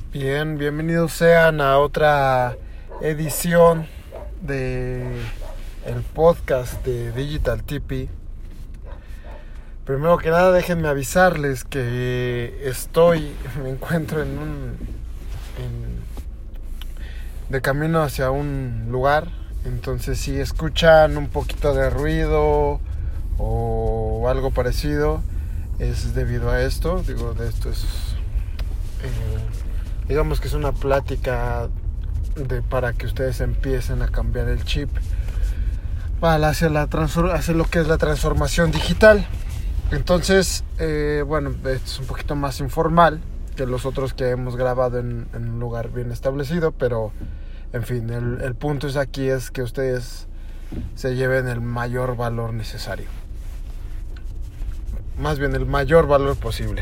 Bien, bienvenidos sean a otra edición de el podcast de Digital Tipi. Primero que nada, déjenme avisarles que me encuentro de camino hacia un lugar. Entonces, si escuchan un poquito de ruido o algo parecido, es debido a esto. Digamos que es una plática para que ustedes empiecen a cambiar el chip hacia lo que es la transformación digital. Entonces, esto es un poquito más informal que los otros que hemos grabado en un lugar bien establecido, pero en fin, el punto es que ustedes se lleven el mayor valor necesario. Más bien el mayor valor posible.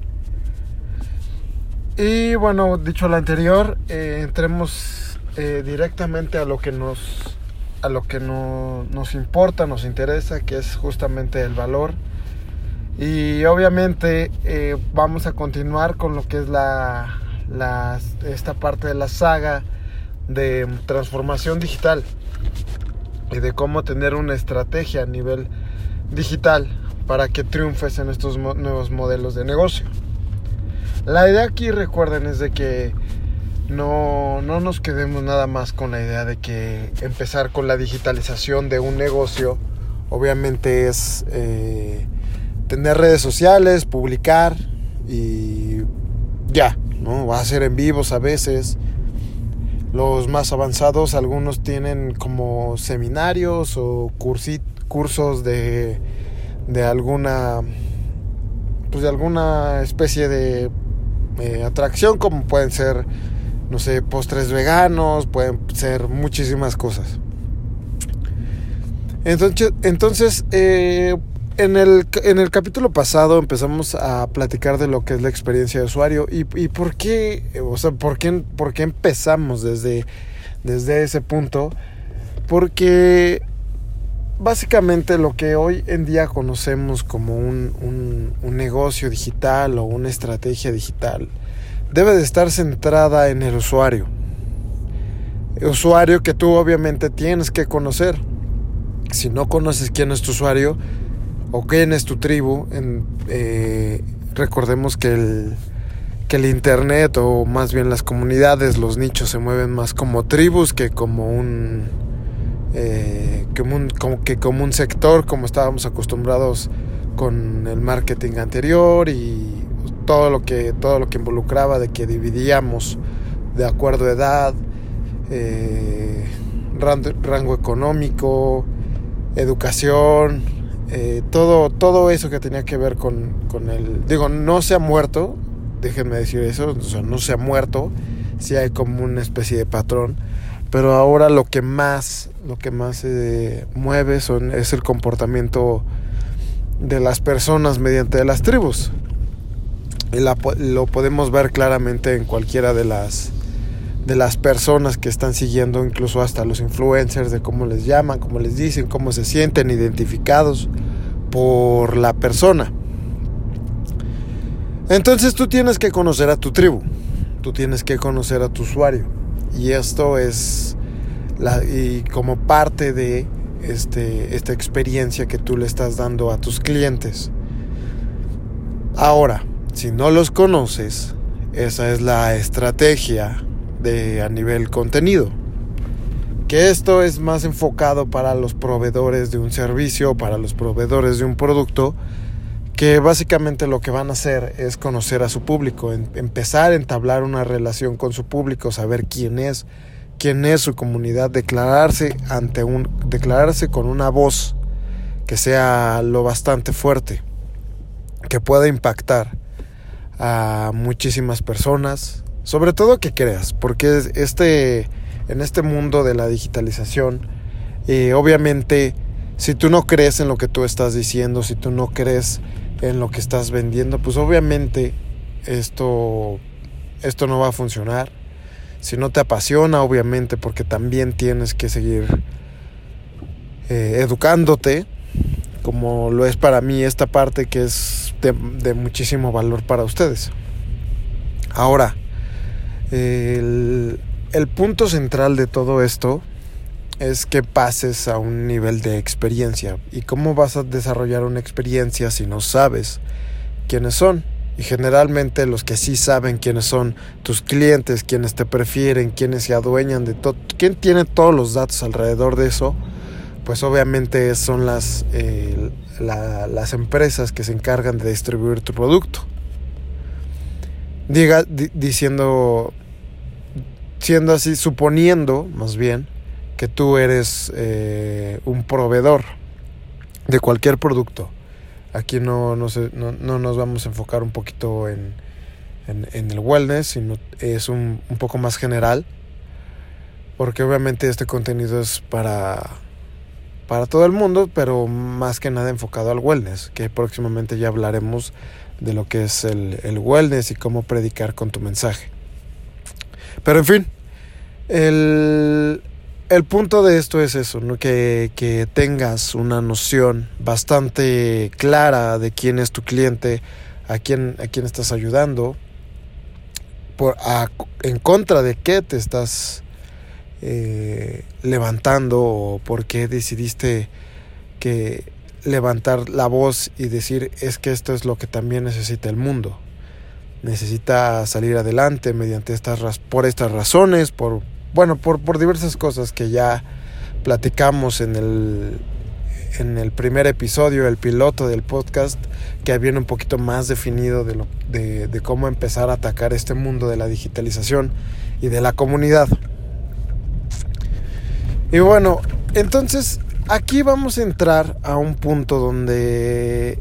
Y bueno, dicho lo anterior, entremos directamente a lo que nos importa, nos interesa, que es justamente el valor. Y obviamente vamos a continuar con lo que es esta parte de la saga de transformación digital y de cómo tener una estrategia a nivel digital para que triunfes en estos nuevos modelos de negocio. La idea aquí, recuerden, es de que no nos quedemos nada más con la idea de que empezar con la digitalización de un negocio obviamente es tener redes sociales, publicar y ya, ¿no? Va a ser en vivos a veces. Los más avanzados, algunos tienen como seminarios o cursos de alguna especie de atracción, como pueden ser, no sé, postres veganos, pueden ser muchísimas cosas. Entonces en el capítulo pasado empezamos a platicar de lo que es la experiencia de usuario y por qué empezamos desde ese punto. Porque básicamente lo que hoy en día conocemos como un negocio digital o una estrategia digital debe de estar centrada en el usuario. El usuario que tú obviamente tienes que conocer. Si no conoces quién es tu usuario o quién es tu tribu, recordemos que el internet, o más bien las comunidades, los nichos se mueven más como tribus que como un sector, como estábamos acostumbrados con el marketing anterior y todo lo que involucraba de que dividíamos de acuerdo a edad, rango económico, educación, todo eso que tenía que ver con no se ha muerto, déjenme decir eso, o sea, no se ha muerto, sí hay como una especie de patrón. Pero ahora lo que más mueve es el comportamiento de las personas mediante las tribus. Y lo podemos ver claramente en cualquiera de las personas que están siguiendo, incluso hasta los influencers, de cómo les llaman, cómo les dicen, cómo se sienten identificados por la persona. Entonces tú tienes que conocer a tu tribu, tú tienes que conocer a tu usuario. Y esto es y como parte de esta experiencia que tú le estás dando a tus clientes. Ahora, si no los conoces, esa es la estrategia a nivel contenido. Que esto es más enfocado para los proveedores de un servicio, para los proveedores de un producto, que básicamente lo que van a hacer es conocer a su público, empezar a entablar una relación con su público, saber quién es su comunidad, declararse con una voz que sea lo bastante fuerte, que pueda impactar a muchísimas personas, sobre todo que creas, porque en este mundo de la digitalización, obviamente, si tú no crees en lo que tú estás diciendo, si tú no crees en lo que estás vendiendo, pues obviamente esto no va a funcionar. Si no te apasiona, obviamente, porque también tienes que seguir educándote, como lo es para mí esta parte que es de muchísimo valor para ustedes. Ahora, El punto central de todo esto es que pases a un nivel de experiencia. ¿Y cómo vas a desarrollar una experiencia si no sabes quiénes son? Y generalmente los que sí saben quiénes son tus clientes, quienes te prefieren, quienes se adueñan de todo, quién tiene todos los datos alrededor de eso, pues obviamente son las empresas que se encargan de distribuir tu producto. Siendo así, suponiendo más bien que tú eres un proveedor de cualquier producto. Aquí no nos vamos a enfocar un poquito en el wellness, sino es un poco más general, porque obviamente este contenido es para todo el mundo, pero más que nada enfocado al wellness, que próximamente ya hablaremos de lo que es el wellness y cómo predicar con tu mensaje. Pero en fin, el punto de esto es eso, ¿no? Que tengas una noción bastante clara de quién es tu cliente, a quién estás ayudando, en contra de qué te estás levantando, o por qué decidiste levantar la voz y decir es que esto es lo que también necesita el mundo. Necesita salir adelante mediante por estas razones, por diversas cosas que ya platicamos en el primer episodio, el piloto del podcast, que viene un poquito más definido de cómo empezar a atacar este mundo de la digitalización y de la comunidad. Y bueno, entonces aquí vamos a entrar a un punto donde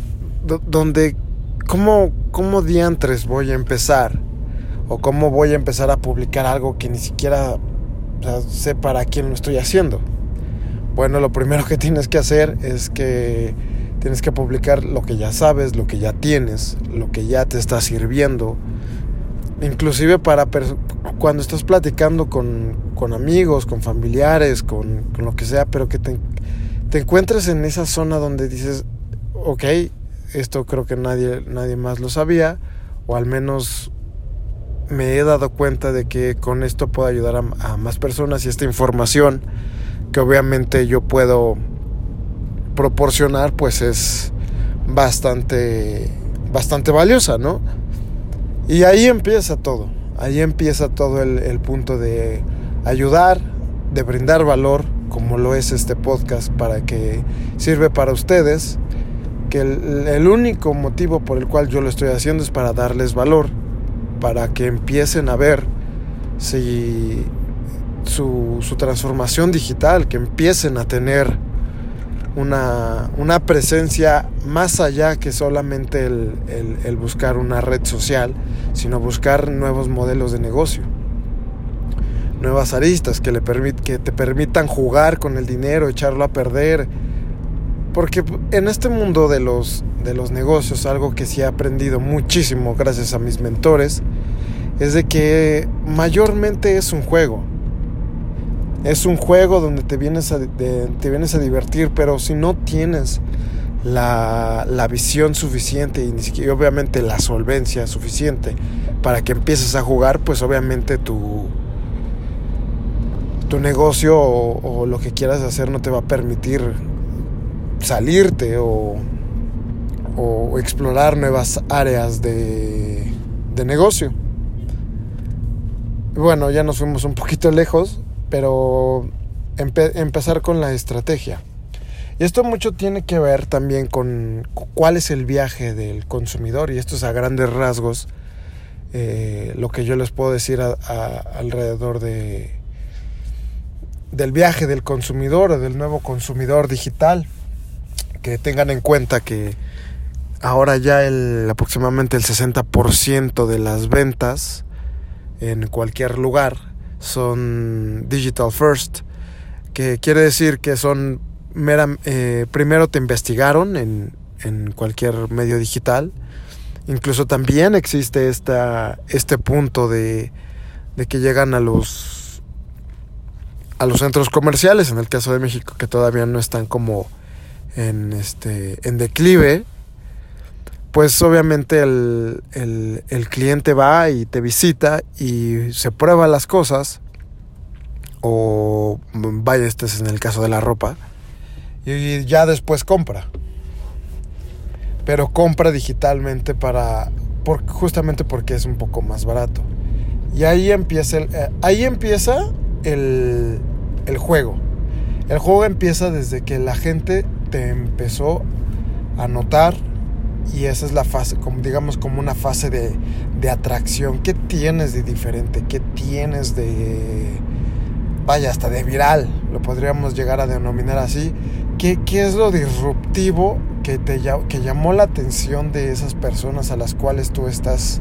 ¿cómo diantres voy a empezar? ¿O cómo voy a empezar a publicar algo que ni siquiera sé para quién lo estoy haciendo? Bueno, lo primero que tienes que hacer es que tienes que publicar lo que ya sabes, lo que ya tienes, lo que ya te está sirviendo. Inclusive cuando estás platicando con amigos, con familiares, con lo que sea, pero que te encuentres en esa zona donde dices, ok, esto creo que nadie más lo sabía, o al menos me he dado cuenta de que con esto puedo ayudar a más personas, y esta información que obviamente yo puedo proporcionar pues es bastante valiosa, ¿no? Y ahí empieza todo el punto de ayudar, de brindar valor, como lo es este podcast, para que sirve para ustedes, que el único motivo por el cual yo lo estoy haciendo es para darles valor, para que empiecen a ver si su transformación digital, que empiecen a tener una presencia más allá que solamente el buscar una red social, sino buscar nuevos modelos de negocio, nuevas aristas que te permitan jugar con el dinero, echarlo a perder. Porque en este mundo de los negocios, algo que sí he aprendido muchísimo gracias a mis mentores, es de que mayormente es un juego. Es un juego donde te vienes a divertir, pero si no tienes la visión suficiente y obviamente la solvencia suficiente para que empieces a jugar, pues obviamente tu negocio o lo que quieras hacer no te va a permitir salirte o explorar nuevas áreas de negocio. Bueno, ya nos fuimos un poquito lejos, pero empezar con la estrategia. Y esto mucho tiene que ver también con cuál es el viaje del consumidor, y esto es a grandes rasgos lo que yo les puedo decir alrededor del viaje del consumidor o del nuevo consumidor digital. Que tengan en cuenta que ahora ya aproximadamente el 60% de las ventas en cualquier lugar son digital first, que quiere decir que son primero te investigaron en cualquier medio digital. Incluso también existe este punto de que llegan a los centros comerciales, en el caso de México, que todavía no están como en declive, pues obviamente el cliente va y te visita y se prueba las cosas, o vaya, este es en el caso de la ropa, y ya después compra. Pero compra digitalmente justamente porque es un poco más barato. Y ahí empieza el juego. El juego empieza desde que la gente te empezó a notar, y esa es la fase, como una fase de atracción. ¿Qué tienes de diferente? ¿Qué tienes de, vaya, hasta de viral? Lo podríamos llegar a denominar así. ¿Qué es lo disruptivo que llamó la atención de esas personas a las cuales tú estás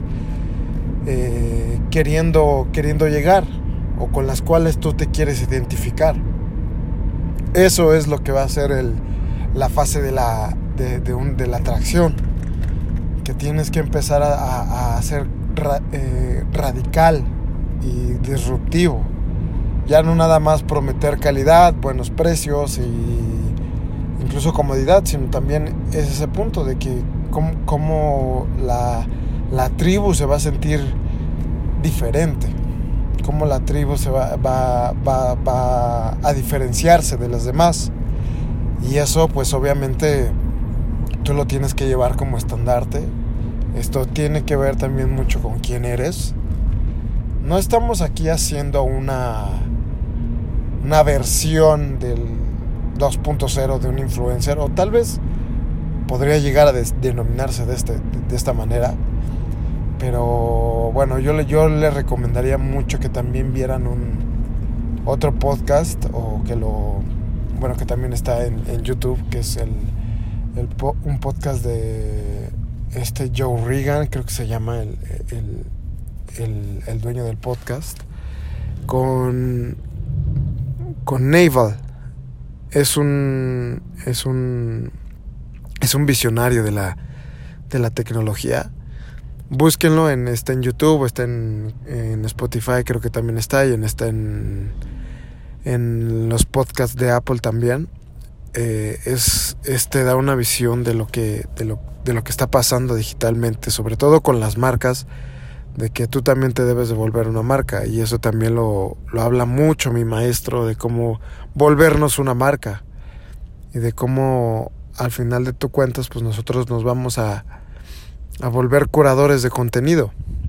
queriendo llegar, o con las cuales tú te quieres identificar? Eso es lo que va a ser la fase de la atracción, que tienes que empezar a ser radical y disruptivo. Ya no nada más prometer calidad, buenos precios y incluso comodidad, sino también es ese punto de que cómo la tribu se va a sentir diferente, cómo la tribu se va a diferenciarse de las demás. Y eso pues obviamente tú lo tienes que llevar como estandarte. Esto tiene que ver también mucho con quién eres. No estamos aquí haciendo una versión del 2.0 de un influencer, o tal vez podría llegar a denominarse de esta manera. Pero bueno, yo le recomendaría mucho que también vieran otro podcast, o que también está en YouTube, que es un podcast de Joe Rogan, creo que se llama el dueño del podcast, con Naval. Es un visionario de la tecnología. Búsquenlo, está en YouTube, está en Spotify, creo que también está, y está en los podcasts de Apple también. Te da una visión de lo que está pasando digitalmente, sobre todo con las marcas, de que tú también te debes de volver una marca, y eso también lo habla mucho mi maestro, de cómo volvernos una marca, y de cómo al final de tu cuentas pues nosotros nos vamos a volver curadores de contenido.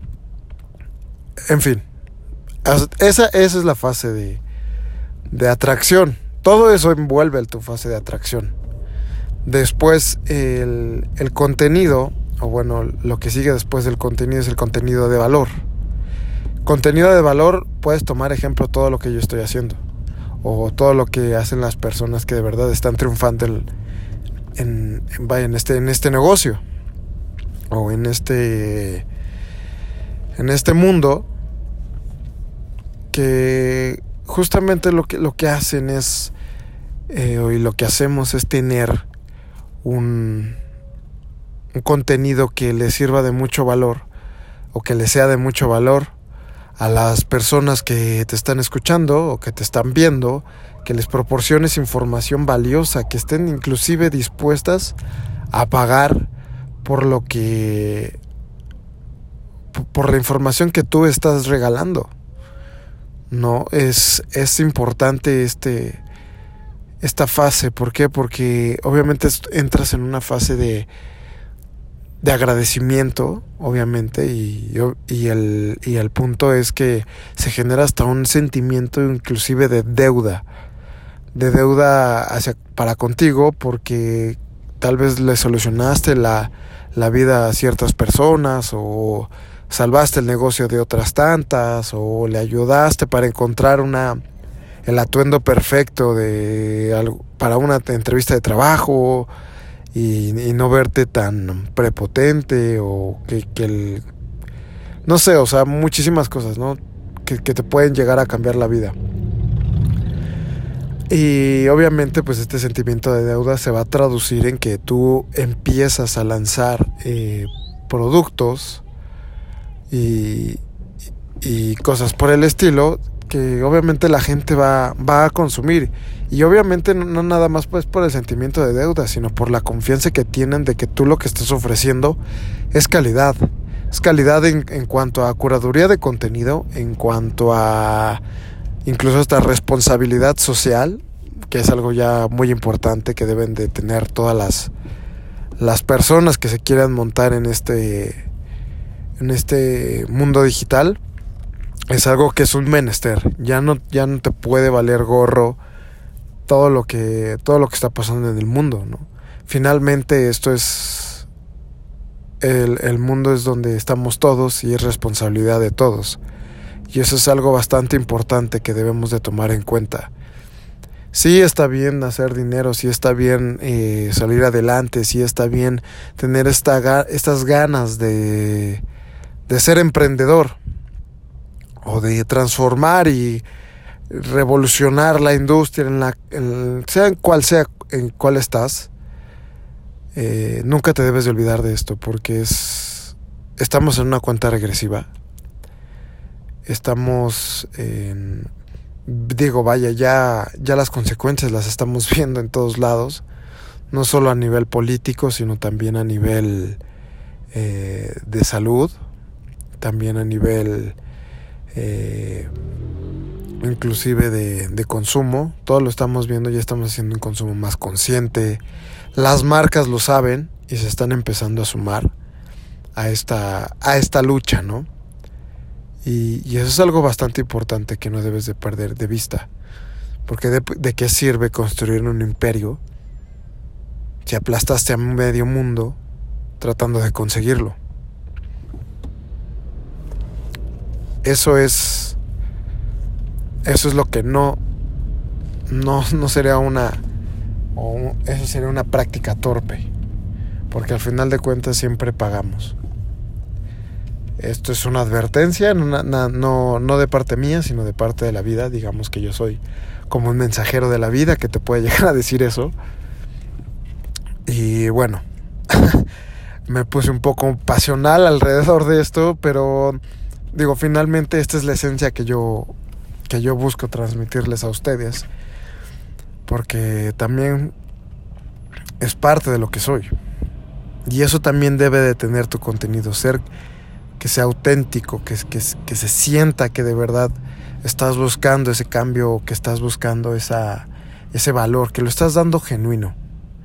En fin, esa es la fase de atracción. Todo eso envuelve tu fase de atracción. Después el contenido, o bueno, lo que sigue después del contenido es el contenido de valor. Contenido de valor, puedes tomar ejemplo todo lo que yo estoy haciendo, o todo lo que hacen las personas que de verdad están triunfando en este negocio, o en este mundo, que justamente lo que hacen es y lo que hacemos es tener un contenido que le sirva de mucho valor, o que le sea de mucho valor a las personas que te están escuchando o que te están viendo, que les proporciones información valiosa, que estén inclusive dispuestas a pagar por la información que tú estás regalando. No, es importante esta fase. ¿Por qué? Porque obviamente entras en una fase de agradecimiento, obviamente, y el punto es que se genera hasta un sentimiento inclusive de deuda para contigo, porque tal vez le solucionaste la vida a ciertas personas, o salvaste el negocio de otras tantas, o le ayudaste para encontrar el atuendo perfecto para una entrevista de trabajo, y no verte tan prepotente, o no sé, o sea, muchísimas cosas, ¿no? Que te pueden llegar a cambiar la vida. Y obviamente pues este sentimiento de deuda se va a traducir en que tú empiezas a lanzar productos y cosas por el estilo que obviamente la gente va a consumir. Y obviamente no nada más pues por el sentimiento de deuda, sino por la confianza que tienen de que tú lo que estás ofreciendo es calidad. Es calidad en cuanto a curaduría de contenido, en cuanto a incluso hasta responsabilidad social, que es algo ya muy importante que deben de tener todas las personas que se quieran montar en este mundo digital. Es algo que es un menester. Ya no te puede valer gorro todo lo que está pasando en el mundo, ¿no? Finalmente esto es el mundo es donde estamos todos y es responsabilidad de todos. Y eso es algo bastante importante que debemos de tomar en cuenta. Sí está bien hacer dinero, sí está bien salir adelante, sí está bien tener estas ganas de ser emprendedor o de transformar y revolucionar la industria sea en cuál estás. Nunca te debes de olvidar de esto, porque estamos en una cuenta regresiva. Estamos ya las consecuencias las estamos viendo en todos lados, no solo a nivel político, sino también a nivel de salud, también a nivel inclusive de consumo. Todo lo estamos viendo, ya estamos haciendo un consumo más consciente. Las marcas lo saben y se están empezando a sumar a esta lucha, ¿no? Y eso es algo bastante importante que no debes de perder de vista, porque de qué sirve construir un imperio si aplastaste a medio mundo tratando de conseguirlo. Eso es lo que no sería eso sería una práctica torpe, porque al final de cuentas siempre pagamos. Esto es una advertencia, no de parte mía, sino de parte de la vida. Digamos que yo soy como un mensajero de la vida que te puede llegar a decir eso. Y bueno, me puse un poco pasional alrededor de esto, pero finalmente esta es la esencia que yo busco transmitirles a ustedes, porque también es parte de lo que soy. Y eso también debe de tener tu contenido, que sea auténtico, que se sienta que de verdad estás buscando ese cambio, que estás buscando ese valor, que lo estás dando genuino.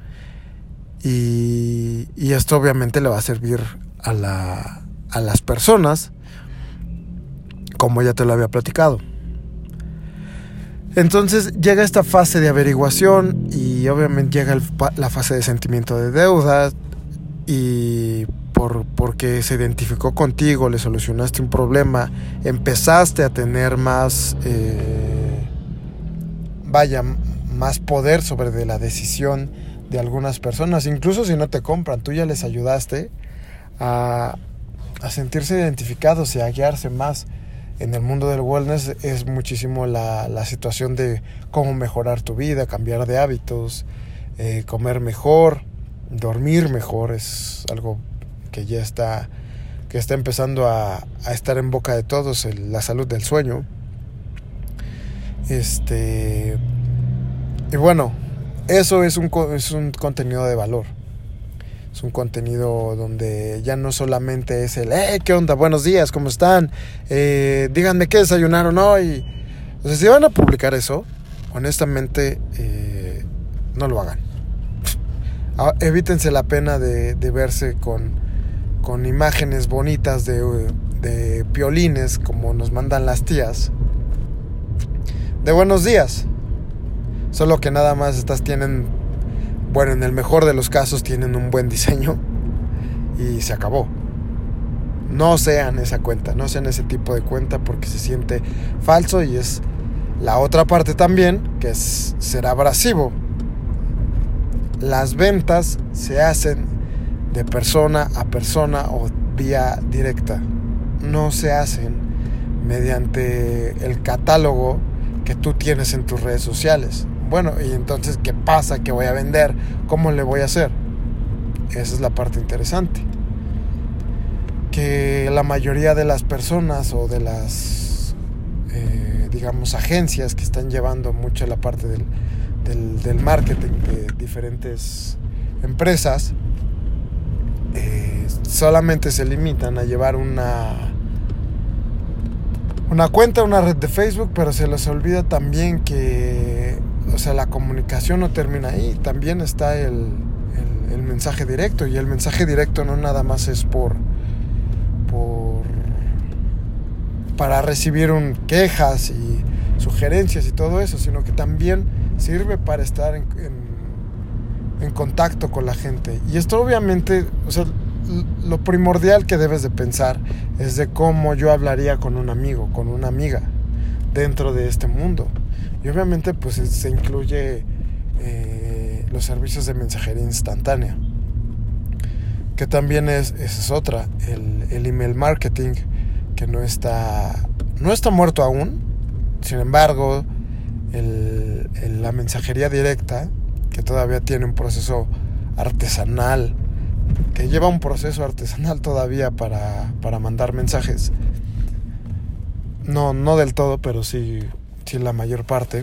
Y esto obviamente le va a servir a las personas, como ya te lo había platicado. Entonces llega esta fase de averiguación y obviamente llega la fase de sentimiento de deuda, y porque se identificó contigo, le solucionaste un problema, empezaste a tener más poder sobre de la decisión de algunas personas. Incluso si no te compran, tú ya les ayudaste a sentirse identificados y a guiarse más. En el mundo del wellness es muchísimo la situación de cómo mejorar tu vida, cambiar de hábitos, comer mejor, dormir mejor. Es algo que ya está empezando a estar en boca de todos, la salud del sueño. Y bueno, eso es un contenido de valor. Es un contenido donde ya no solamente es el ¿qué onda? Buenos días, ¿cómo están? Díganme qué desayunaron hoy. O sea, si van a publicar eso, honestamente, no lo hagan. Evítense la pena de verse con imágenes bonitas de piolines, como nos mandan las tías, de buenos días. Solo que nada más en el mejor de los casos tienen un buen diseño y se acabó. No sean esa cuenta, no sean ese tipo de cuenta, porque se siente falso, y es la otra parte también, que es ser abrasivo. Las ventas se hacen de persona a persona o vía directa. No se hacen mediante el catálogo que tú tienes en tus redes sociales. Bueno, y entonces, ¿qué pasa? ¿Qué voy a vender? ¿Cómo le voy a hacer? Esa es la parte interesante. Que la mayoría de las personas o de las digamos, agencias que están llevando mucho la parte del marketing de diferentes empresas, solamente se limitan a llevar una cuenta, una red de Facebook, pero se les olvida también que, o sea, la comunicación no termina ahí. También está el mensaje directo, y el mensaje directo no nada más es para recibir quejas y sugerencias y todo eso, sino que también sirve para estar en contacto con la gente. Y esto obviamente, o sea, lo primordial que debes de pensar es de cómo yo hablaría con un amigo, con una amiga dentro de este mundo. Y obviamente pues se incluye los servicios de mensajería instantánea, que también es otra, el email marketing, que no está muerto aún. Sin embargo, la mensajería directa, que todavía tiene un proceso artesanal, que lleva un proceso artesanal todavía para mandar mensajes, no del todo, pero sí la mayor parte,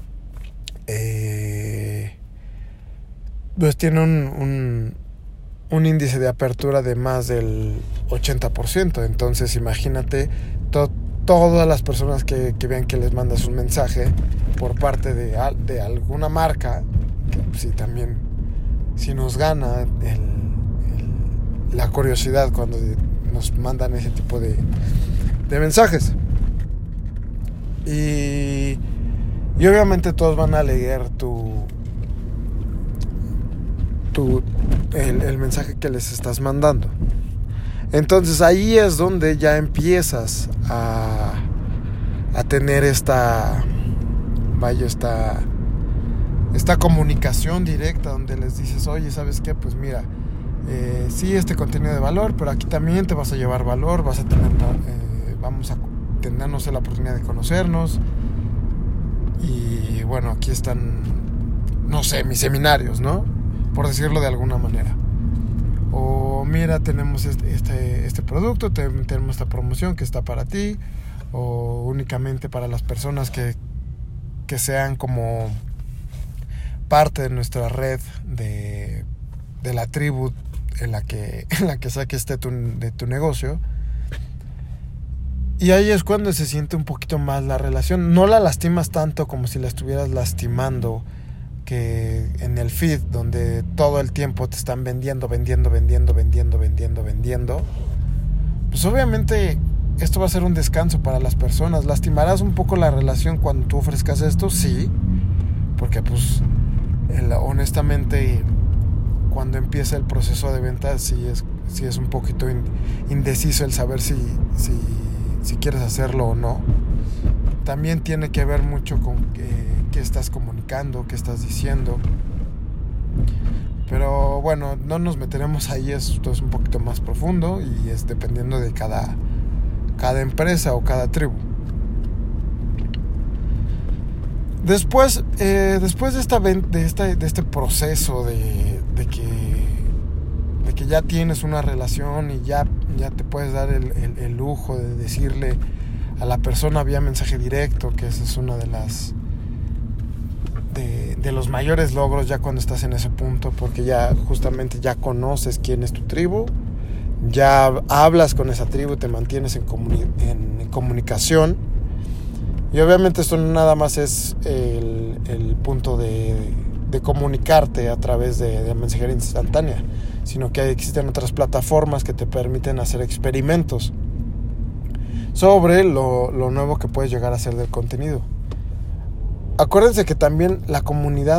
pues tiene un índice de apertura de más del 80%. Entonces imagínate todas las personas que vean que les mandas un mensaje por parte de alguna marca, que también si nos gana la curiosidad cuando nos mandan ese tipo de mensajes. Y obviamente todos van a leer el mensaje que les estás mandando. Entonces ahí es donde ya empiezas a tener esta comunicación directa, donde les dices, oye, ¿sabes qué? Pues mira, sí, este contenido de valor, pero aquí también te vas a llevar valor, vas a tener, vamos a tenernos la oportunidad de conocernos, y bueno, aquí están, no sé, mis seminarios, ¿no? Por decirlo de alguna manera. O mira, tenemos este producto, tenemos esta promoción que está para ti, o únicamente para las personas que sean como parte de nuestra red de la tribu en la que sea que esté de tu negocio. Y ahí es cuando se siente un poquito más la relación. No la lastimas tanto como si la estuvieras lastimando, que en el feed, donde todo el tiempo te están vendiendo. Pues obviamente esto va a ser un descanso para las personas. ¿Lastimarás un poco la relación cuando tú ofrezcas esto? Sí, porque pues honestamente cuando empieza el proceso de venta sí es un poquito indeciso el saber si quieres hacerlo o no. También tiene que ver mucho con qué estás comunicando, qué estás diciendo. Pero bueno, no nos meteremos ahí, esto es un poquito más profundo y es dependiendo de cada empresa o cada tribu. Después de este proceso de que ya tienes una relación y ya te puedes dar el lujo de decirle a la persona vía mensaje directo, que esa es una de los mayores logros ya cuando estás en ese punto, porque ya justamente ya conoces quién es tu tribu, ya hablas con esa tribu, te mantienes en comunicación. Y obviamente esto no nada más es el punto de comunicarte a través de mensajería instantánea, sino que existen otras plataformas que te permiten hacer experimentos sobre lo nuevo que puedes llegar a hacer del contenido. Acuérdense que también la comunidad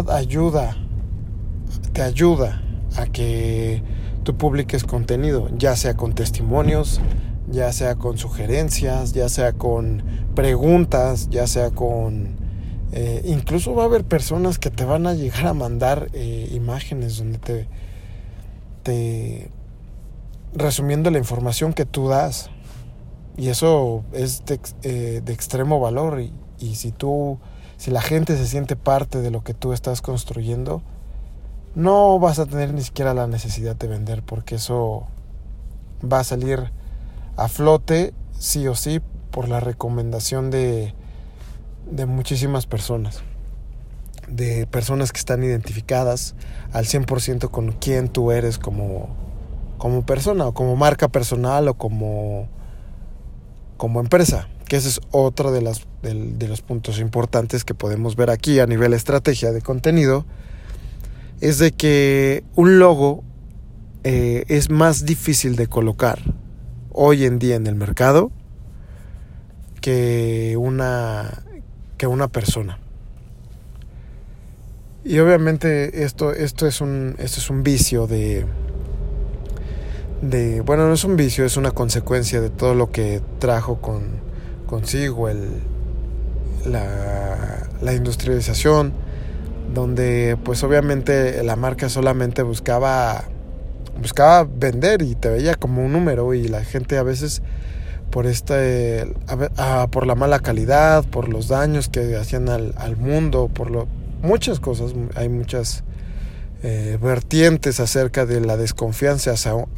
te ayuda a que tú publiques contenido, ya sea con testimonios, ya sea con sugerencias, ya sea con preguntas, ya sea con... incluso va a haber personas que te van a llegar a mandar imágenes donde te resumiendo la información que tú das. Y eso es de extremo valor. Y si la gente se siente parte de lo que tú estás construyendo, no vas a tener ni siquiera la necesidad de vender, porque eso va a salir a flote sí o sí por la recomendación de muchísimas personas. De personas que están identificadas al 100% con quién tú eres como persona, o como marca personal, o como empresa. Que ese es otro de los puntos importantes que podemos ver aquí a nivel estrategia de contenido. Es de que un logo es más difícil de colocar hoy en día en el mercado que una persona. Y obviamente esto es un vicio bueno, no es un vicio, es una consecuencia de todo lo que trajo consigo la industrialización, donde pues obviamente la marca solamente buscaba vender y te veía como un número, y la gente a veces por la mala calidad, por los daños que hacían al mundo, muchas cosas, hay muchas vertientes acerca de la desconfianza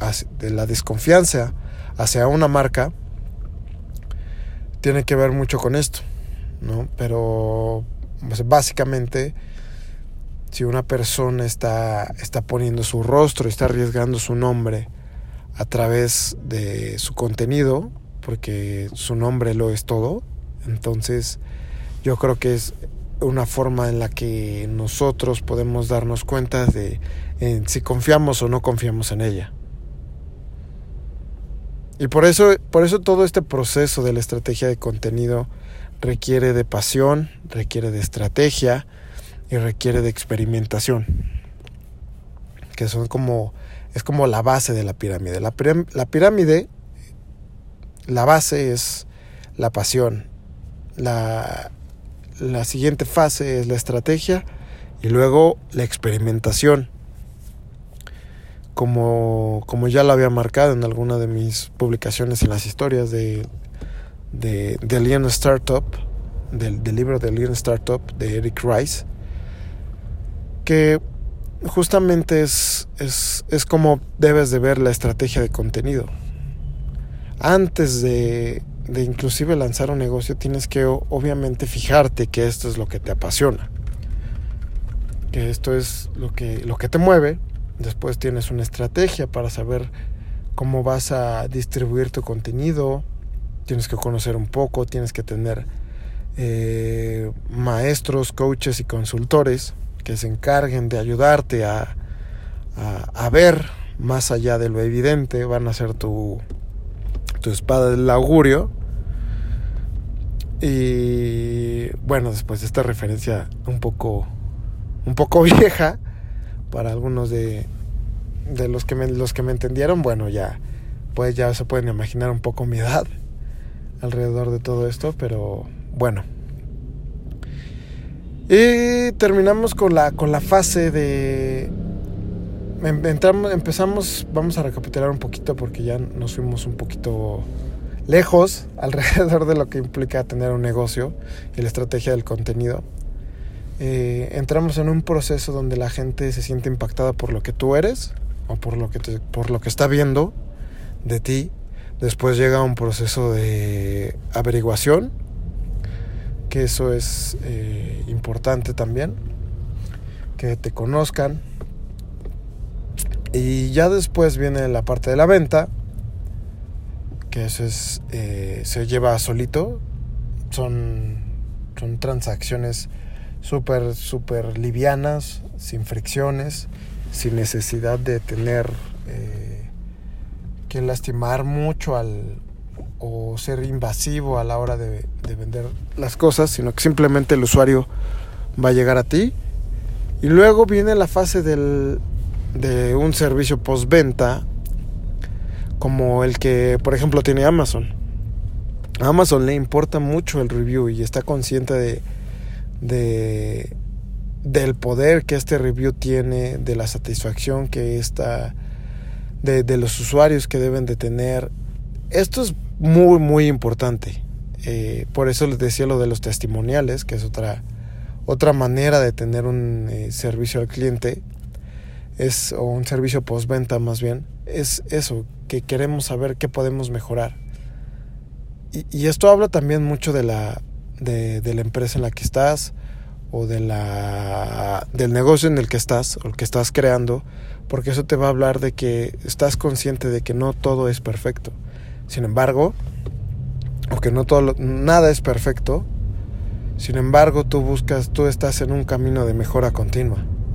hacia una marca. Tiene que ver mucho con esto, ¿no? Pero pues, básicamente, si una persona está poniendo su rostro, está arriesgando su nombre a través de su contenido, porque su nombre lo es todo, entonces yo creo que es una forma en la que nosotros podemos darnos cuenta de si confiamos o no confiamos en ella. Y por eso todo este proceso de la estrategia de contenido requiere de pasión, requiere de estrategia y requiere de experimentación, que es como la base de la pirámide. La pirámide, la base es la pasión, la siguiente fase es la estrategia y luego la experimentación. Como ya lo había marcado en alguna de mis publicaciones en las historias de Lean Startup, del libro de Lean Startup de Eric Rice, que justamente es como debes de ver la estrategia de contenido. Antes de inclusive lanzar un negocio, tienes que obviamente fijarte que esto es lo que te apasiona, que esto es lo que te mueve. Después tienes una estrategia para saber cómo vas a distribuir tu contenido. Tienes que conocer un poco, tienes que tener maestros, coaches y consultores que se encarguen de ayudarte a ver más allá de lo evidente. Van a ser tu espada del augurio. Y bueno, después de esta referencia un poco vieja para algunos de los que me entendieron, bueno, ya se pueden imaginar un poco mi edad alrededor de todo esto, pero bueno. Y terminamos con la fase de empezamos, vamos a recapitular un poquito porque ya nos fuimos un poquito lejos alrededor de lo que implica tener un negocio y la estrategia del contenido. Entramos en un proceso donde la gente se siente impactada por lo que tú eres o por lo que está viendo de ti. Después llega un proceso de averiguación, que eso es importante también, que te conozcan. Y ya después viene la parte de la venta, que eso se lleva solito. Son transacciones súper livianas, sin fricciones, sin necesidad de tener que lastimar mucho o ser invasivo a la hora de vender las cosas, sino que simplemente el usuario va a llegar a ti. Y luego viene la fase de un servicio postventa, como el que, por ejemplo, tiene Amazon. A Amazon le importa mucho el review y está consciente del poder que este review tiene, de la satisfacción que de los usuarios que deben de tener. Esto es muy muy importante. Por eso les decía lo de los testimoniales, que es otra manera de tener un servicio al cliente, o un servicio postventa más bien. Es eso, que queremos saber qué podemos mejorar. Y esto habla también mucho de la empresa en la que estás, o del negocio en el que estás, o el que estás creando, porque eso te va a hablar de que estás consciente de que no todo es perfecto. Sin embargo, o que nada es perfecto. Sin embargo, tú estás en un camino de mejora continua.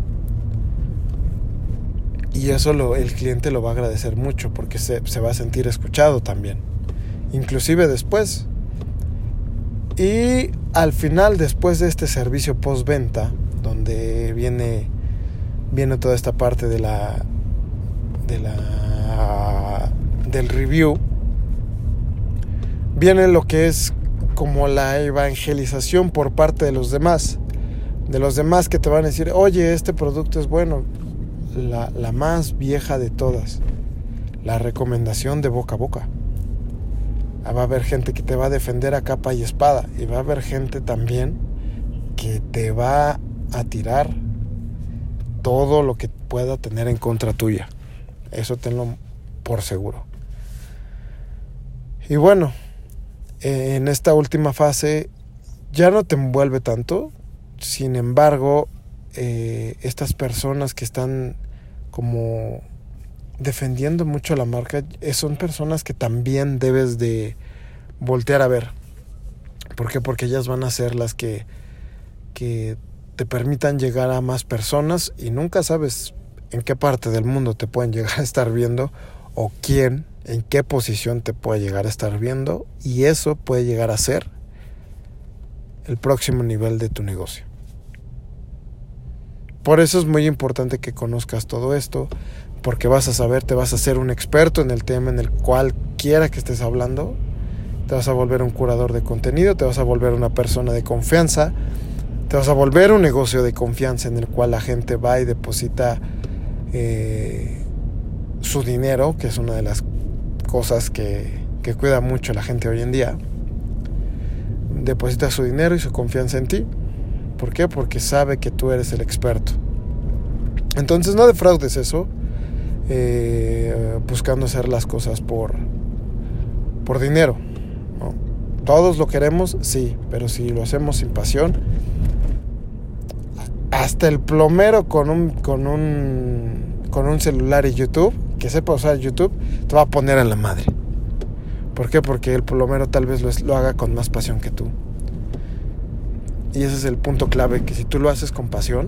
Y eso el cliente lo va a agradecer mucho, porque se va a sentir escuchado también, inclusive después. Y al final, después de este servicio postventa, donde viene toda esta parte del review, viene lo que es como la evangelización por parte de los demás que te van a decir: oye, este producto es bueno. La más vieja de todas, la recomendación de boca a boca. Va a haber gente que te va a defender a capa y espada, y va a haber gente también que te va a tirar todo lo que pueda tener en contra tuya. Eso tenlo por seguro. Y bueno, en esta última fase ya no te envuelve tanto. Sin embargo, estas personas que están como defendiendo mucho la marca, son personas que también debes de voltear a ver. ¿Por qué? Porque ellas van a ser las que te permitan llegar a más personas, y nunca sabes en qué parte del mundo te pueden llegar a estar viendo, o quién, en qué posición te puede llegar a estar viendo, y eso puede llegar a ser el próximo nivel de tu negocio. Por eso es muy importante que conozcas todo esto, porque te vas a ser un experto en el tema en el cual quiera que estés hablando. Te vas a volver un curador de contenido, te vas a volver una persona de confianza, te vas a volver un negocio de confianza en el cual la gente va y deposita su dinero, que es una de las cosas que cuida mucho la gente hoy en día. Deposita su dinero y su confianza en ti. ¿Por qué? Porque sabe que tú eres el experto. Entonces no defraudes eso, buscando hacer las cosas por dinero, ¿no? Todos lo queremos, sí, pero si lo hacemos sin pasión, hasta el plomero con un celular y YouTube, que sepa usar YouTube, te va a poner en la madre. ¿Por qué? Porque el plomero tal vez lo haga con más pasión que tú. Y ese es el punto clave, que si tú lo haces con pasión,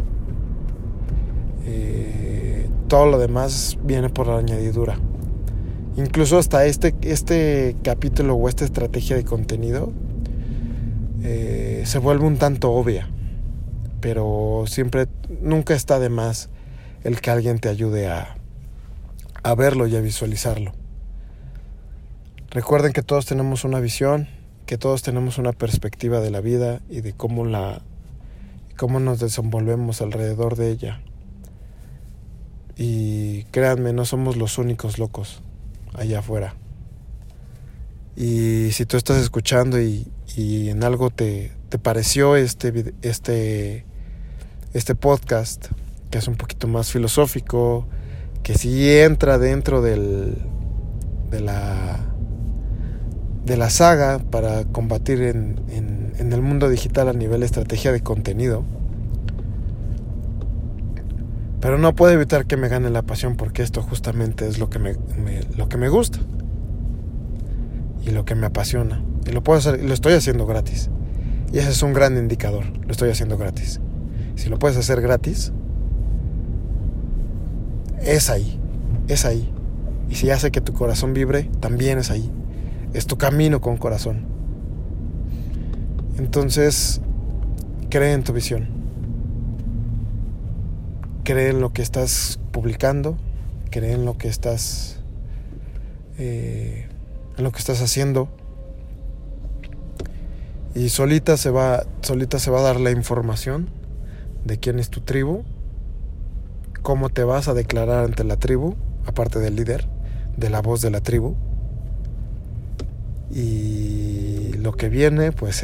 todo lo demás viene por la añadidura. Incluso hasta este capítulo o esta estrategia de contenido se vuelve un tanto obvia, pero nunca está de más el que alguien te ayude a verlo y a visualizarlo. Recuerden que todos tenemos una visión, que todos tenemos una perspectiva de la vida y de cómo nos desenvolvemos alrededor de ella. Y créanme, no somos los únicos locos allá afuera. Y si tú estás escuchando y en algo te pareció este podcast, que es un poquito más filosófico, que sí entra dentro de la saga para combatir en el mundo digital a nivel de estrategia de contenido. Pero no puedo evitar que me gane la pasión, porque esto justamente es lo que me gusta y lo que me apasiona. Y lo puedo hacer, y lo estoy haciendo gratis. Y ese es un gran indicador. Lo estoy haciendo gratis. Si lo puedes hacer gratis, es ahí. Y si hace que tu corazón vibre, también es ahí. Es tu camino con corazón. Entonces, cree en tu visión. Cree en lo que estás publicando. Cree en lo que estás haciendo. Y solita se va a dar la información de quién es tu tribu, cómo te vas a declarar ante la tribu, aparte del líder, de la voz de la tribu. Y lo que viene, pues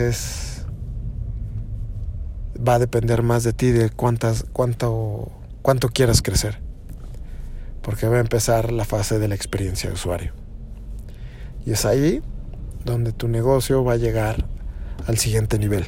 va a depender más de ti, de cuánto quieras crecer, porque va a empezar la fase de la experiencia de usuario. Y es ahí donde tu negocio va a llegar al siguiente nivel.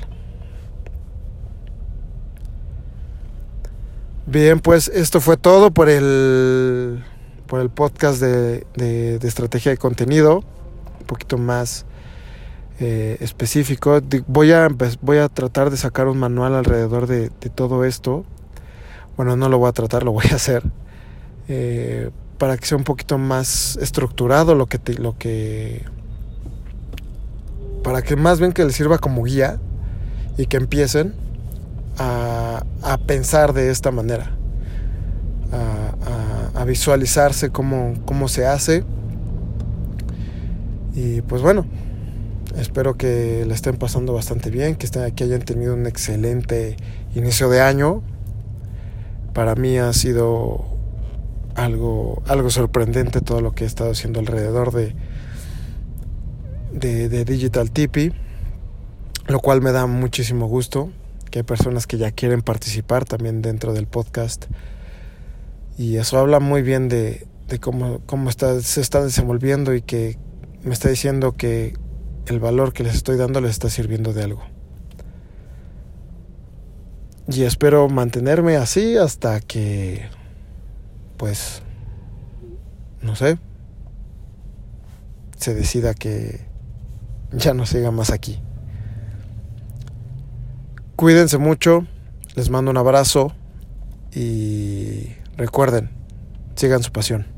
Bien, pues esto fue todo por el podcast de estrategia de contenido, un poquito más específico. Voy a tratar de sacar un manual alrededor de todo esto. Bueno, no lo voy a tratar, lo voy a hacer para que sea un poquito más estructurado para que más bien que les sirva como guía y que empiecen a pensar de esta manera, a visualizarse cómo se hace. Y pues bueno, espero que la estén pasando bastante bien, que hayan tenido un excelente inicio de año. Para mí ha sido algo sorprendente todo lo que he estado haciendo alrededor de Digital Tipi, lo cual me da muchísimo gusto, que hay personas que ya quieren participar también dentro del podcast, y eso habla muy bien de cómo se está desenvolviendo, y que me está diciendo que el valor que les estoy dando les está sirviendo de algo. Y espero mantenerme así hasta que, pues, no sé, se decida que ya no siga más aquí. Cuídense mucho, les mando un abrazo y recuerden, sigan su pasión.